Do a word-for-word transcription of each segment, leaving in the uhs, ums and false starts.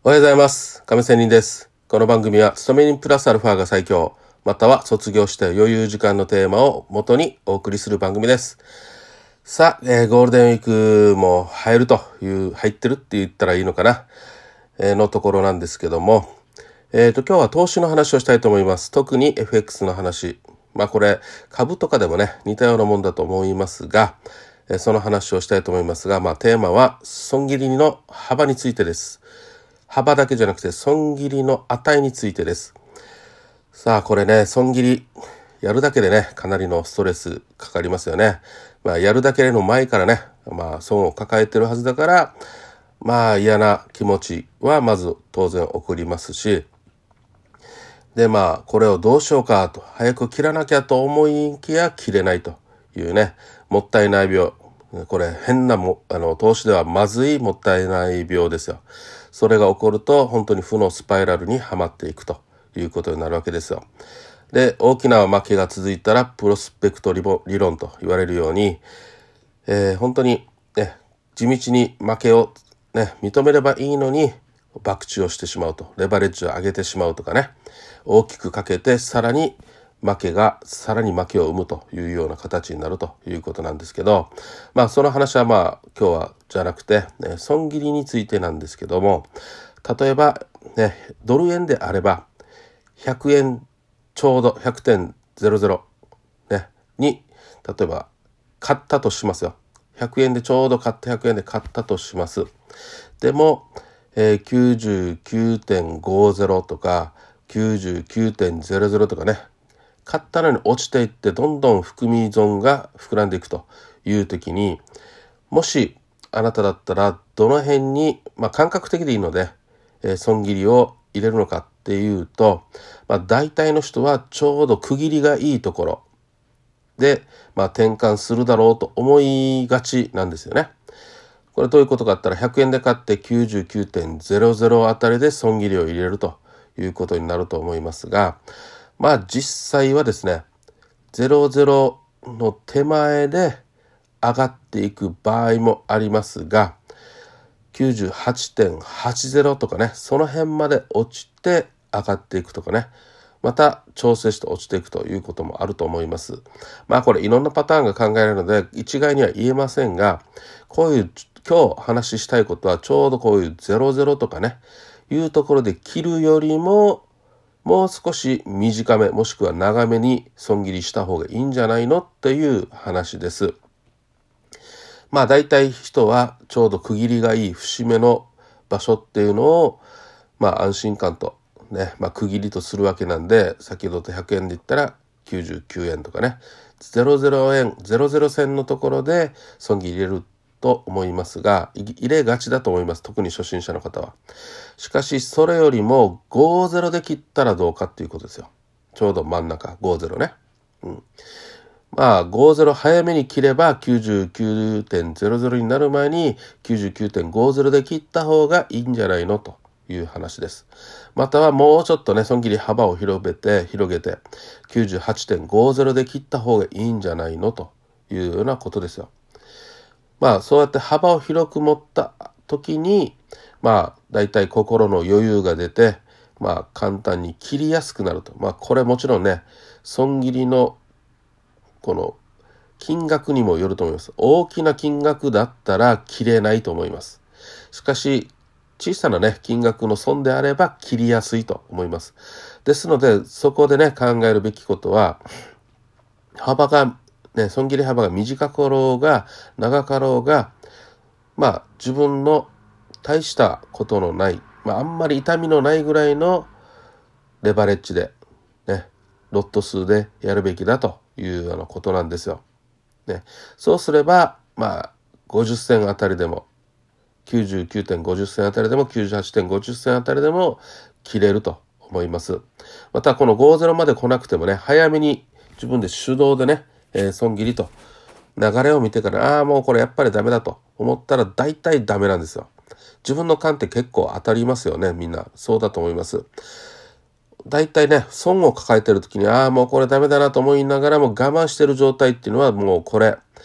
おはようございます。亀仙人です。この番組は勤め人プラスアルファが最強、または卒業して余裕時間のテーマを元にお送りする番組です。さあ、えー、ゴールデンウィークも入るという、入ってるって言ったらいいのかな、えー、のところなんですけども、えーと、今日は投資の話をしたいと思います。特に エフエックス の話。まあこれ、株とかでもね、似たようなもんだと思いますが、えー、その話をしたいと思いますが、まあテーマは損切りの幅についてです。幅だけじゃなくて損切りの値についてです。さあこれね、損切りやるだけでね、かなりのストレスかかりますよね。まあやるだけの前からね、まあ損を抱えてるはずだから、まあ嫌な気持ちはまず当然起こりますし、でまあこれをどうしようかと、早く切らなきゃと思いきや切れないというね、もったいない病。これ変なもあの投資ではまずいもったいない病ですよ。それが起こると本当に負のスパイラルにはまっていくということになるわけですよ。で大きな負けが続いたらプロスペクト理論と言われるように、えー、本当に、ね、地道に負けを、ね、認めればいいのに博打をしてしまうと、レバレッジを上げてしまうとかね、大きくかけてさらに負けがさらに負けを生むというような形になるということなんですけど、まあその話はまあ今日はじゃなくて、ね、損切りについてなんですけども、例えばね、ドル円であればひゃくえんちょうど ひゃくてんゼロゼロ、ね、に例えば買ったとしますよ。ひゃくえんでちょうど買ってひゃくえんで買ったとします。でも、えー、きゅうじゅうきゅうてんごゼロ とか きゅうじゅうきゅうてんゼロゼロ とかね、買ったのに落ちていってどんどん含み損が膨らんでいくという時に、もしあなただったらどの辺に、まあ、感覚的でいいので、えー、損切りを入れるのかっていうと、まあ、大体の人はちょうど区切りがいいところで、まあ、転換するだろうと思いがちなんですよね。これどういうことかって言ったらひゃくえんで買って きゅうじゅうきゅうてんゼロゼロ あたりで損切りを入れるということになると思いますが、まあ実際はですね、ゼロゼロの手前で上がっていく場合もありますが、きゅうじゅうはちてんはちゼロ とかね、その辺まで落ちて上がっていくとかね、また調整して落ちていくということもあると思います。まあこれいろんなパターンが考えられるので一概には言えませんが、こういう今日話したいことはちょうどこういうゼロゼロとかね、いうところで切るよりももう少し短めもしくは長めに損切りした方がいいんじゃないのっていう話です。まあ大体人はちょうど区切りがいい節目の場所っていうのをまあ安心感とね、まあ区切りとするわけなんで、先ほどとひゃくえんで言ったらきゅうじゅうきゅうえんとかね、ゼロゼロえん、ゼロゼロ銭のところで損切り入れると思いますが、入れがちだと思います。特に初心者の方は。しかしそれよりもごじゅうで切ったらどうかっていうことですよ。ちょうど真ん中ごじゅうね。うん。まあごじゅう早めに切れば きゅうじゅうきゅうてんゼロゼロ になる前に きゅうじゅうきゅうてんごじゅう で切った方がいいんじゃないのという話です。またはもうちょっとね、損切り幅を広げて広げて きゅうじゅうはちてんごゼロ で切った方がいいんじゃないのというようなことですよ。まあそうやって幅を広く持った時に、まあだいたい心の余裕が出て、まあ簡単に切りやすくなると。まあこれもちろんね、損切りのこの金額にもよると思います。大きな金額だったら切れないと思います。しかし小さなね金額の損であれば切りやすいと思います。ですのでそこでね考えるべきことは、幅がね、損切り幅が短かろうが長かろうが、まあ自分の大したことのない、まああんまり痛みのないぐらいのレバレッジでね、ロット数でやるべきだというようなことなんですよ。ね、そうすればまあごじゅっ銭あたりでも きゅうじゅうきゅうてんごじゅっ銭あたりでも きゅうじゅうはちてんごじゅっ銭あたりでも切れると思います。またこのごじゅうまで来なくてもね、早めに自分で手動でね、えー、損切りと流れを見てから、ああもうこれやっぱりダメだと思ったら大体ダメなんですよ。自分の勘って結構当たりますよね。みんなそうだと思います。大体ね、損を抱えてる時に、ああもうこれダメだなと思いながらも我慢してる状態っていうのはもうこれ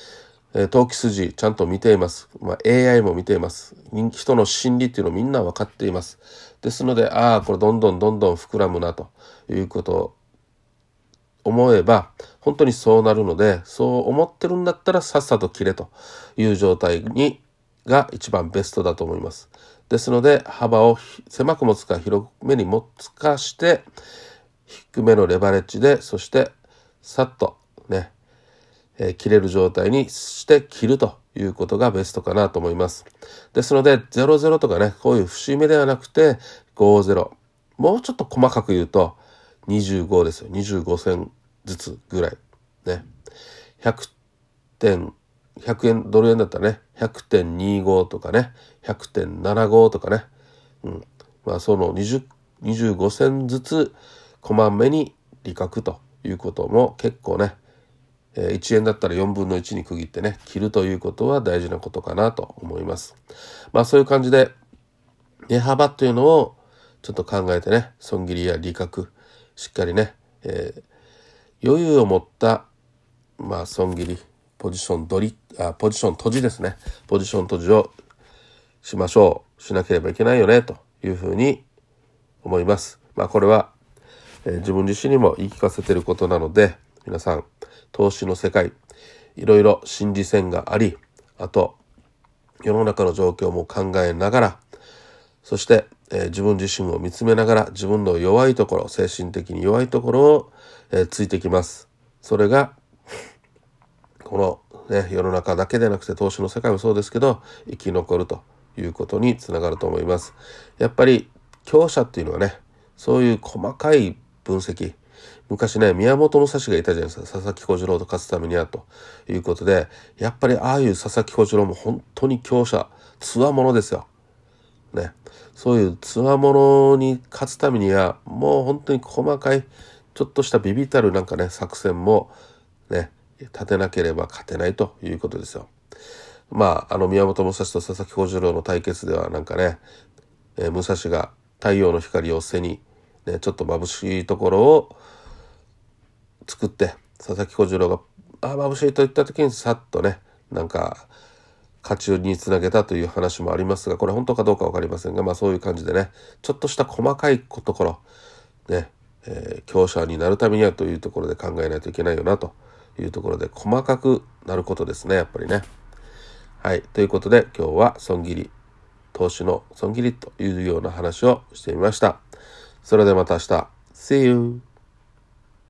えー、投機筋ちゃんと見ています。まあ、エーアイ も見ています。人の心理っていうのをみんな分かっています。ですので、ああ、これどんどんどんどん膨らむなということを思えば、本当にそうなるので、そう思ってるんだったらさっさと切れという状態にが一番ベストだと思います。ですので、幅を狭く持つか広めに持つかして、低めのレバレッジで、そしてさっとね、えー、切れる状態にして切るということがベストかなと思います。ですので、ゼロゼロとかね、こういう節目ではなくて、ごゼロ。もうちょっと細かく言うと、にじゅうごですよ。にじゅうご銭ずつぐらい。ね。ひゃくてん、ひゃくえん、ドル円だったらね、ひゃくてんにじゅうご とかね、ひゃくてんななじゅうご とかね。うん。まあ、そのにじゅう、にじゅうご銭ずつ、こまめに利確ということも結構ね、いちえんだったらよんぶんのいちに区切ってね、切るということは大事なことかなと思います。まあそういう感じで、値幅というのをちょっと考えてね、損切りや利確、しっかりね、えー、余裕を持った、まあ損切り、ポジション取り、あ、ポジション閉じですね。ポジション閉じをしましょう。しなければいけないよね、というふうに思います。まあこれは、えー、自分自身にも言い聞かせていることなので、皆さん、投資の世界、いろいろ心理戦があり、あと、世の中の状況も考えながら、そして、えー、自分自身を見つめながら、自分の弱いところ、精神的に弱いところを、えー、ついてきます。それが、この、ね、世の中だけでなくて投資の世界もそうですけど、生き残るということにつながると思います。やっぱり、強者っていうのはね、そういう細かい分析、昔ね、宮本武蔵がいたじゃないですか。佐々木小次郎と勝つためにはということで、やっぱりああいう佐々木小次郎も本当に強者、つわものですよ。ね。そういうつわものに勝つためには、もう本当に細かい、ちょっとしたビビたるなんかね、作戦もね、立てなければ勝てないということですよ。まあ、あの宮本武蔵と佐々木小次郎の対決ではなんかね、えー、武蔵が太陽の光を背に、ね、ちょっと眩しいところを作って佐々木小次郎があ眩しいと言った時にさっとねなんか勝ちにつなげたという話もありますが、これ本当かどうか分かりませんが、まあそういう感じでね、ちょっとした細かいところね、えー、強者になるためにはというところで考えないといけないよなというところで、細かくなることですね、やっぱりね。はい、ということで今日は損切り、投資の損切りというような話をしてみました。それではまた明日。See you!